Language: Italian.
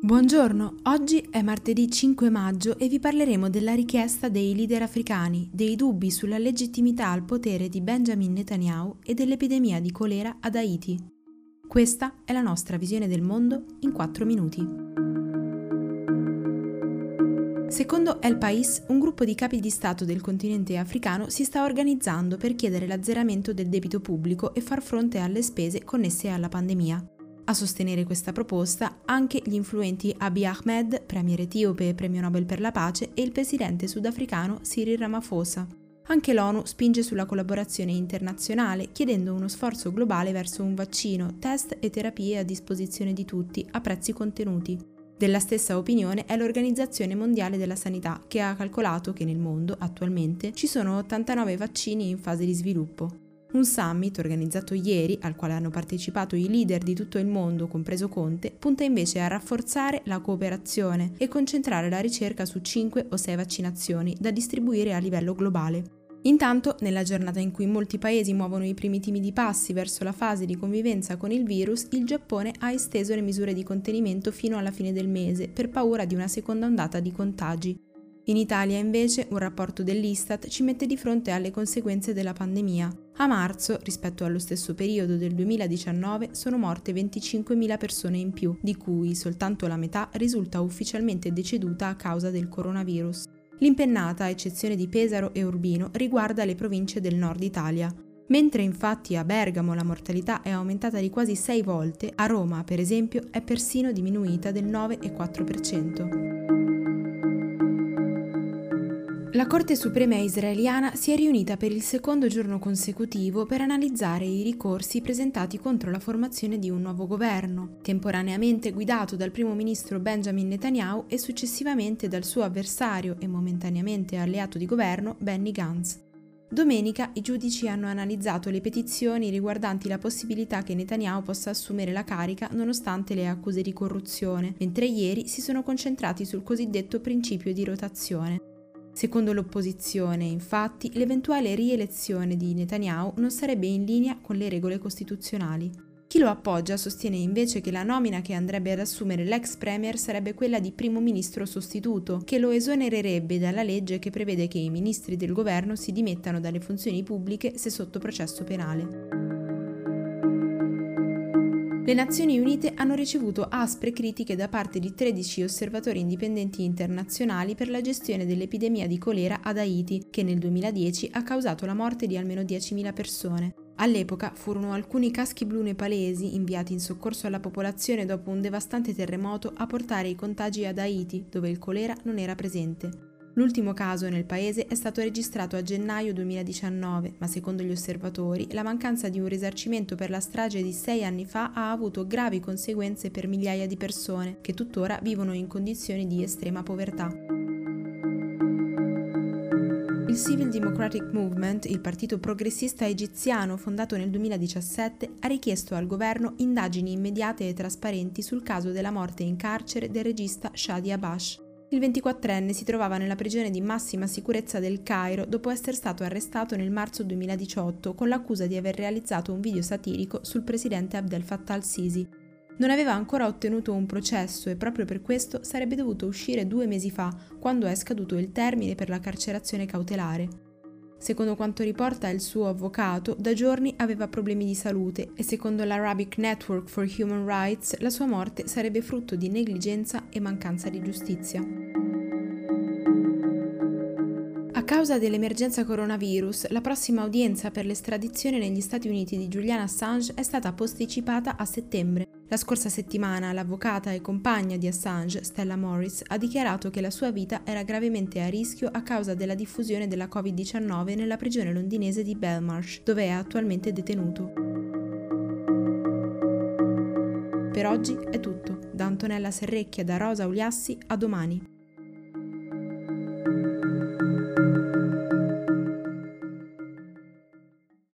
Buongiorno, oggi è martedì 5 maggio e vi parleremo della richiesta dei leader africani, dei dubbi sulla legittimità al potere di Benjamin Netanyahu e dell'epidemia di colera ad Haiti. Questa è la nostra visione del mondo in 4 minuti. Secondo El País, un gruppo di capi di Stato del continente africano si sta organizzando per chiedere l'azzeramento del debito pubblico e far fronte alle spese connesse alla pandemia. A sostenere questa proposta anche gli influenti Abiy Ahmed, premier etiope e premio Nobel per la pace, e il presidente sudafricano Cyril Ramaphosa. Anche l'ONU spinge sulla collaborazione internazionale, chiedendo uno sforzo globale verso un vaccino, test e terapie a disposizione di tutti, a prezzi contenuti. Della stessa opinione è l'Organizzazione Mondiale della Sanità, che ha calcolato che nel mondo, attualmente, ci sono 89 vaccini in fase di sviluppo. Un summit organizzato ieri, al quale hanno partecipato i leader di tutto il mondo, compreso Conte, punta invece a rafforzare la cooperazione e concentrare la ricerca su 5 o 6 vaccinazioni da distribuire a livello globale. Intanto, nella giornata in cui molti paesi muovono i primi timidi passi verso la fase di convivenza con il virus, il Giappone ha esteso le misure di contenimento fino alla fine del mese per paura di una seconda ondata di contagi. In Italia, invece, un rapporto dell'Istat ci mette di fronte alle conseguenze della pandemia. A marzo, rispetto allo stesso periodo del 2019, sono morte 25.000 persone in più, di cui soltanto la metà risulta ufficialmente deceduta a causa del coronavirus. L'impennata, a eccezione di Pesaro e Urbino, riguarda le province del nord Italia. Mentre infatti a Bergamo la mortalità è aumentata di quasi 6 volte, a Roma, per esempio, è persino diminuita del 9,4%. La Corte Suprema israeliana si è riunita per il secondo giorno consecutivo per analizzare i ricorsi presentati contro la formazione di un nuovo governo, temporaneamente guidato dal primo ministro Benjamin Netanyahu e successivamente dal suo avversario e momentaneamente alleato di governo Benny Gantz. Domenica i giudici hanno analizzato le petizioni riguardanti la possibilità che Netanyahu possa assumere la carica nonostante le accuse di corruzione, mentre ieri si sono concentrati sul cosiddetto principio di rotazione. Secondo l'opposizione, infatti, l'eventuale rielezione di Netanyahu non sarebbe in linea con le regole costituzionali. Chi lo appoggia sostiene invece che la nomina che andrebbe ad assumere l'ex premier sarebbe quella di primo ministro sostituto, che lo esonererebbe dalla legge che prevede che i ministri del governo si dimettano dalle funzioni pubbliche se sotto processo penale. Le Nazioni Unite hanno ricevuto aspre critiche da parte di 13 osservatori indipendenti internazionali per la gestione dell'epidemia di colera ad Haiti, che nel 2010 ha causato la morte di almeno 10.000 persone. All'epoca furono alcuni caschi blu nepalesi, inviati in soccorso alla popolazione dopo un devastante terremoto, a portare i contagi ad Haiti, dove il colera non era presente. L'ultimo caso nel paese è stato registrato a gennaio 2019, ma secondo gli osservatori la mancanza di un risarcimento per la strage di 6 anni fa ha avuto gravi conseguenze per migliaia di persone, che tuttora vivono in condizioni di estrema povertà. Il Civil Democratic Movement, il partito progressista egiziano fondato nel 2017, ha richiesto al governo indagini immediate e trasparenti sul caso della morte in carcere del regista Shadi Abash. Il 24enne si trovava nella prigione di massima sicurezza del Cairo dopo essere stato arrestato nel marzo 2018 con l'accusa di aver realizzato un video satirico sul presidente Abdel Fattah al-Sisi. Non aveva ancora ottenuto un processo e proprio per questo sarebbe dovuto uscire 2 mesi fa, quando è scaduto il termine per la carcerazione cautelare. Secondo quanto riporta il suo avvocato, da giorni aveva problemi di salute e secondo l'Arabic Network for Human Rights la sua morte sarebbe frutto di negligenza e mancanza di giustizia. A causa dell'emergenza coronavirus, la prossima udienza per l'estradizione negli Stati Uniti di Julian Assange è stata posticipata a settembre. La scorsa settimana l'avvocata e compagna di Assange, Stella Morris, ha dichiarato che la sua vita era gravemente a rischio a causa della diffusione della Covid-19 nella prigione londinese di Belmarsh, dove è attualmente detenuto. Per oggi è tutto. Da Antonella Serrecchia e da Rosa Uliassi, a domani.